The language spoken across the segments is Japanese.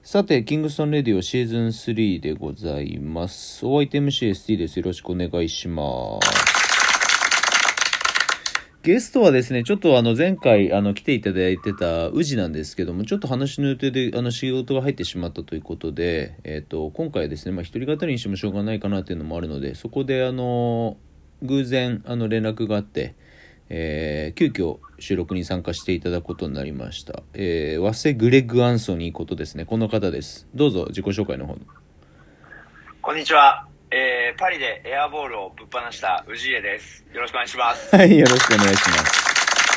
さて、キングストンレディオシーズン3でございます。お相手 MCST です。よろしくお願いします。ゲストはですね、ちょっと前回来ていただいてた宇治なんですけども、ちょっと話の予定で仕事が入ってしまったということで、今回はですね、一人語りにしてもしょうがないかなっていうのもあるので、そこで偶然連絡があって、急遽収録に参加していただくことになりました。ワセ・グレッグ・アンソニーことですね、この方です。どうぞ自己紹介の方。 こんにちは。パリでエアボールをぶっ放した氏家です。よろしくお願いします。 はい、よろしくお願いします。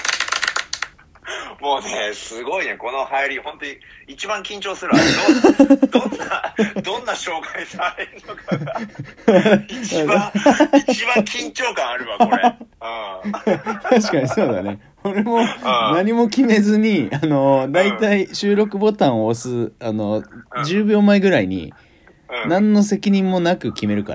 もうね、すごいね、この入り、本当に一番緊張するわ。どんな紹介されるのかが一番緊張感あるわ、これ。 確かにそうだね。俺も何も決めずに、だいたい収録ボタンを押す、10秒前ぐらいに、何の責任もなく決めるから。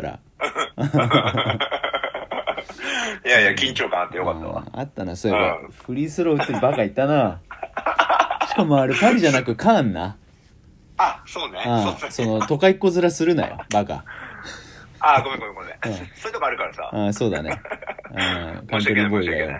いやいや、緊張感あってよかったわ。 あったな、そういえば。フリースロー打ってるバカいたな。しかもあれ、パリじゃなくカーンな。 あ、そうね。 その、都会っ子面するなよ、バカ。 ごめん。そういうとこあるからさ。 そうだね。カントリーボーイだよ。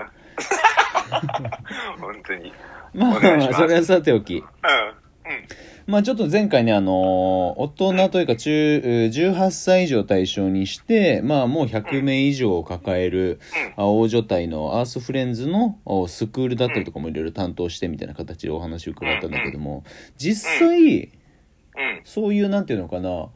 本当に。 まあ、それはさておき。ちょっと前回ね、大人というか18歳以上を対象にして、もう100名以上を抱える大所帯のアースフレンズのスクールだったりとかもいろいろ担当してみたいな形でお話を伺ったんだけども、実際、そういうなんていうのかな、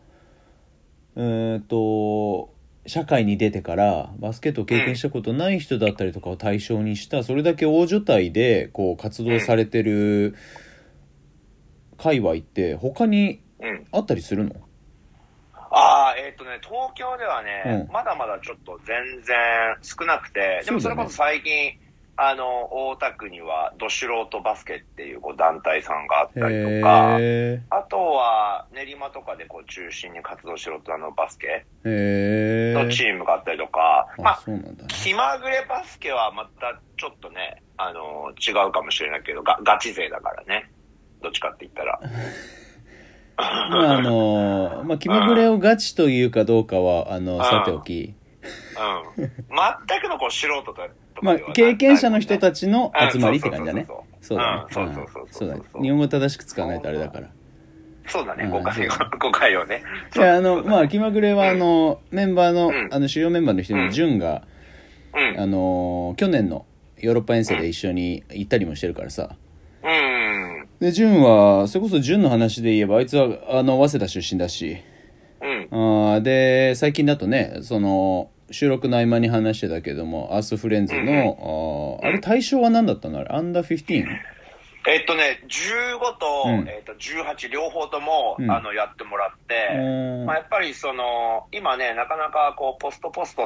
社会に出てからバスケットを経験したことない人だったりとかを対象にした、それだけ大所帯でこう活動されてる界隈って他にあったりするの？ 東京ではね、まだまだちょっと全然少なくて、でもそれこそ最近、大田区にはど素人バスケっていう団体さんがあったりとか、あとは練馬とかで中心に活動してるバスケのチームがあったりとか、気まぐれバスケはまたちょっとね、違うかもしれないけど、ガチ勢だからね。どっちかって言ったら。 気まぐれをガチというかどうかは、さておき。 全くの素人と経験者の人たちの集まりって感じだね。そうだね。そうだね。日本語正しく使わないとあれだから。 そうだね、誤解をね。 気まぐれは、メンバーの、主要メンバーの一人のジュンが、去年のヨーロッパ遠征で一緒に行ったりもしてるからさ。で、ジュンは、それこそジュンの話で言えば、あいつは、早稲田出身だし、で、最近だとね、収録の合間に話してたけども、アースフレンズの、あれ対象は何だったの？あれ、アンダー 15？ 15と、18両方とも、やってもらって、やっぱり今ね、なかなかポストって、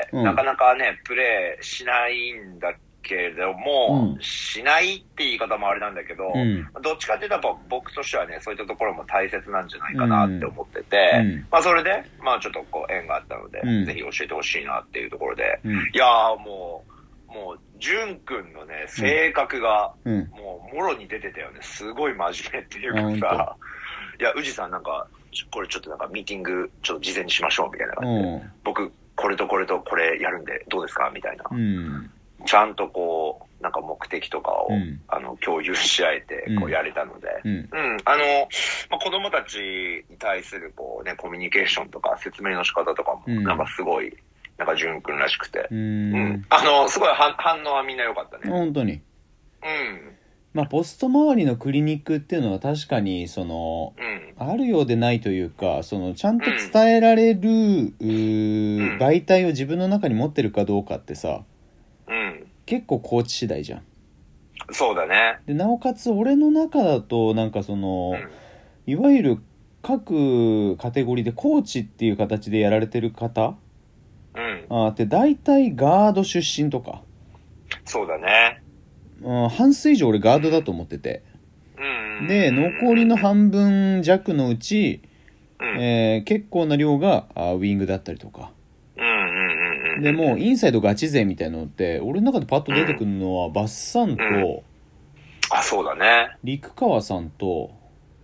なかなかね、プレーしないんだけれども、しないって言い方もあれなんだけど、どっちかっていうとやっぱ僕としてはね、そういったところも大切なんじゃないかなって思ってて、それで、ちょっと縁があったので、ぜひ教えてほしいなっていうところで、いやーもう、ジュン君のね、性格が、もう、もろに出てたよね。すごい真面目っていうかさ、いや、宇治さんこれちょっとミーティング、ちょっと事前にしましょうみたいな感じで、僕、これとこれとこれやるんで、どうですかみたいな。ちゃんと目的とかを、共有し合えて、やれたので、子供たちに対するコミュニケーションとか説明の仕方とかも、すごい、ジュン君らしくて、すごい反応はみんな良かったね。 本当に。ポスト周りのクリニックっていうのは確かに、あるようでないというか、ちゃんと伝えられる、媒体を自分の中に持ってるかどうかってさ、結構コーチ次第じゃん。 そうだね。 で、なおかつ俺の中だと、いわゆる各カテゴリーでコーチっていう形でやられてる方、って大体ガード出身とか。 そうだね。 半数以上俺ガードだと思ってて。で、残りの半分弱のうち、結構な量がウィングだったりとか。でもインサイドガチ勢みたいなのって俺の中でパッと出てくるのはバッサンと、 そうだね、 陸川さんと、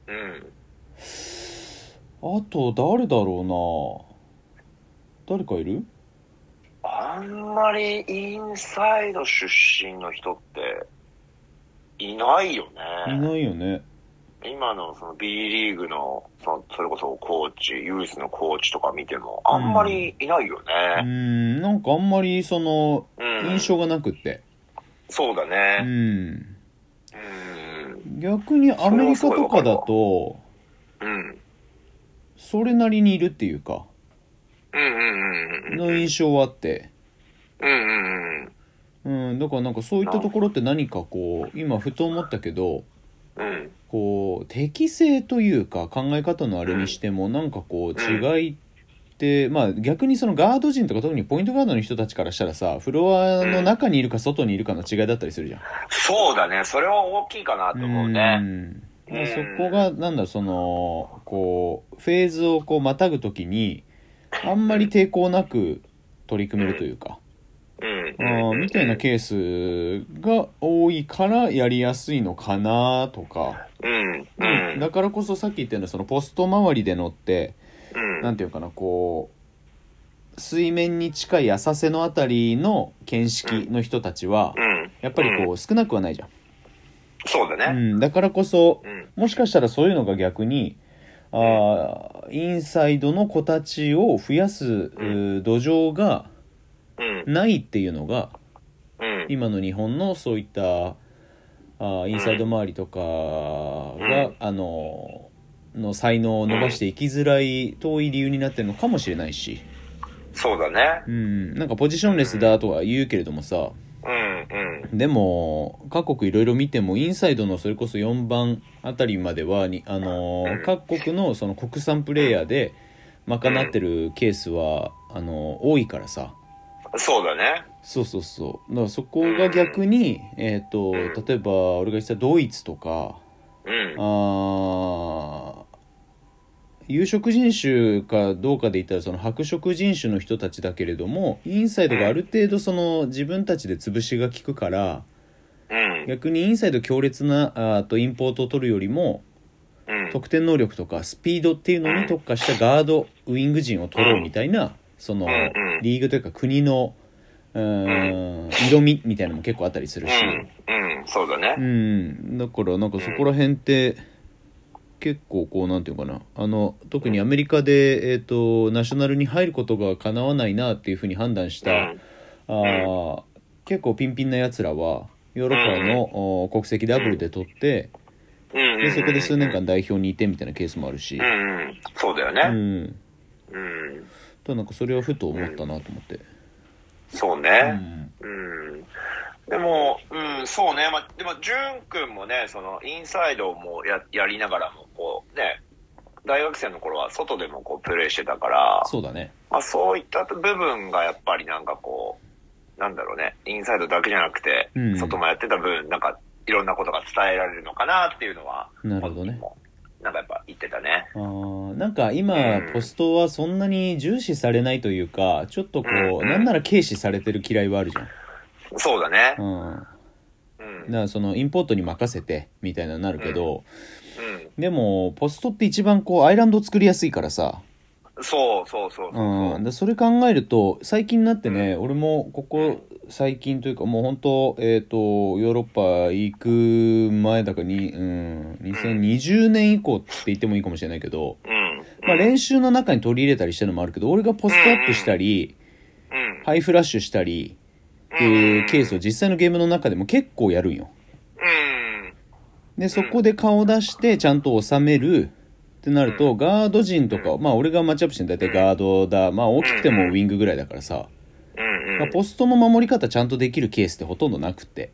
あと誰だろうな。誰かいる？ あんまりインサイド出身の人っていないよね。 いないよね。 今のその B リーグのそれこそコーチ、ユースのコーチとか見てもあんまりいないよね。 なんかあんまりその印象がなくって。 そうだね。 逆にアメリカとかだと、それなりにいるっていうか、の印象はあって。だからなんかそういったところって何かこう、今ふと思ったけど、こう、適性というか考え方のあれにしても、なんかこう、違いって、まあ逆にそのガード陣とか特にポイントガードの人たちからしたらさ、フロアの中にいるか外にいるかの違いだったりするじゃん。 そうだね。それは大きいかなと思うね。 そこがなんだそのこうフェーズをこうまたぐときにあんまり抵抗なく取り組めるというか、みたいなケースが多いからやりやすいのかなとか、だからこそさっき言ったようなそのポスト周りでのって、なんていうかな、こう水面に近い浅瀬のあたりの見識の人たちはやっぱりこう少なくはないじゃん。 そうだね。 だからこそ、もしかしたらそういうのが逆に、インサイドの子たちを増やす、土壌がないっていうのが、今の日本のそういったインサイド周りとかが、の才能を伸ばしていきづらい遠い理由になってるのかもしれないし。 そうだね。 なんかポジションレスだとは言うけれどもさ、でも各国いろいろ見てもインサイドのそれこそ4番あたりまでは各国のその国産プレイヤーで賄ってるケースは多いからさ。 そうだね。 そうだからそこが逆に例えば俺が言ってたドイツとか有色人種かどうかで言ったらその白色人種の人たちだけれどもインサイドがある程度その自分たちで潰しが効くから、逆にインサイド強烈なインポートを取るよりも、得点能力とかスピードっていうのに特化したガードウイング陣を取ろうみたいな、そのリーグというか国の色味みたいなのも結構あったりするし、 そうだね。 だからなんかそこら辺って結構こうなんていうかな、特にアメリカでナショナルに入ることが叶わないなっていうふうに判断した、結構ピンピンなやつらはヨーロッパの国籍ダブルで取って、でそこで数年間代表にいてみたいなケースもあるし、 そうだよね。 ただなんかそれはふと思ったなと思って。 そうね。でも、そうね。でも、ジュン君もね、その、インサイドもやりながらも、こう、ね、大学生の頃は外でもこう、プレイしてたから、 そうだね。 そういった部分がやっぱりなんかこう、なんだろうね、インサイドだけじゃなくて、外もやってた分、なんか、いろんなことが伝えられるのかなっていうのは、 なるほどね。 なんかやっぱ言ってたね。 なんか今、ポストはそんなに重視されないというか、ちょっとこう、なんなら軽視されてる嫌いはあるじゃん。 そうだね。 だからそのインポートに任せてみたいなのになるけど、でもポストって一番こうアイランドを作りやすいからさ。 そうそれ考えると最近になってね、俺もここ最近というかもう本当ヨーロッパ行く前だからに、2020年以降って言ってもいいかもしれないけど、練習の中に取り入れたりしたのもあるけど、俺がポストアップしたり、ハイフラッシュしたりっていうケースを実際のゲームの中でも結構やるんよ。でそこで顔出してちゃんと収めるってなると、ガード陣とか、俺がマッチアップして大体ガードだ、大きくてもウィングぐらいだからさ、ポストの守り方ちゃんとできるケースってほとんどなくて、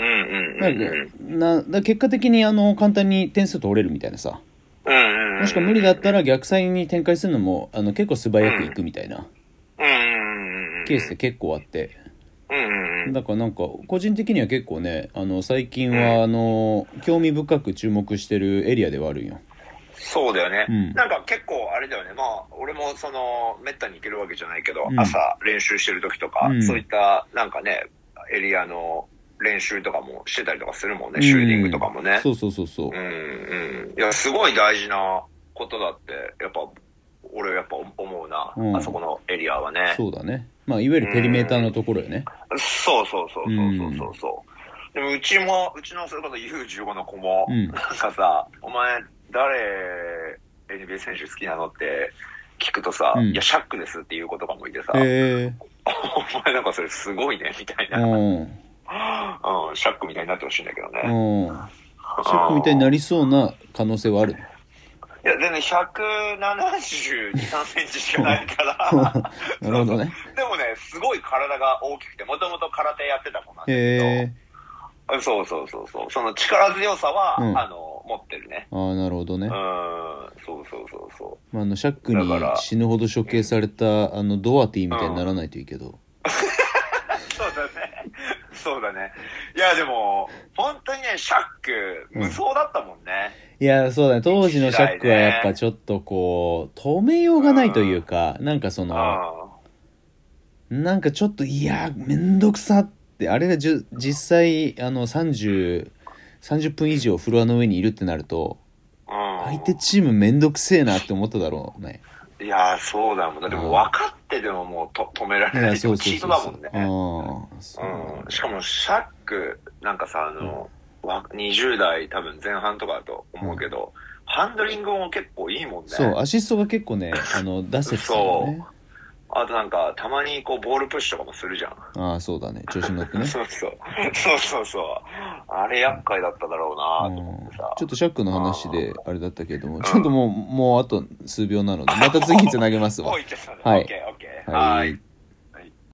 だ結果的に簡単に点数取れるみたいなさ、もしくは無理だったら逆サイに展開するのも結構素早くいくみたいなケースって結構あって、だからなんか個人的には結構ね、最近は興味深く注目してるエリアではあるんよ。 そうだよね、なんか結構あれだよね。俺もそのめったに行けるわけじゃないけど、朝練習してる時とか、そういったなんかねエリアの練習とかもしてたりとかするもんね、シューティングとかもね。 そうそうそうそう。 いや、すごい大事なことだって、やっぱ、俺やっぱ思うな、あそこのエリアはね。 そうだね。まあ、いわゆるペリメーターのところよね。 そうそうそうそうそうそう。でもうちのそれこそ U15 の子も、なんかさ、お前誰 NBA 選手好きなのって聞くとさ、いや、シャックですっていう子とかもいてさ、お前なんかそれすごいね、みたいな。シャックみたいになってほしいんだけどね。 シャックみたいになりそうな可能性はある。 いや、全然172、3センチしかないから。 なるほどね。 でもね、すごい体が大きくて、もともと空手やってた子なんだけど。そう。その力強さは、持ってるね。 ああ、なるほどね。 そう。 まあ、シャックに死ぬほど処刑された、ドアティーみたいにならないといいけど。 そうだね。いや、でも、本当にね、シャック、無双だったもんね。 いや、そうだね。当時のシャックはやっぱちょっとこう、止めようがないというか、なんかその、なんかちょっと、いや、めんどくさって、あれが実際、30分以上フロアの上にいるってなると、相手チームめんどくせえなって思っただろうね。 いや、そうだもん。だってもう分かってでももう止められないチートだもんね。しかもシャック、なんかさ、20代多分前半とかだと思うけど、ハンドリングも結構いいもんね。 そう、アシストが結構ね、出せてたよね。 あとなんか、たまにこう、ボールプッシュとかもするじゃん。 ああ、そうだね。調子に乗ってね。 そう。あれ厄介だっただろうなと思ってさ。 ちょっとシャックの話であれだったけども、ちょっともうあと数秒なので、また次につなげますわ。 はい。オッケー。はい。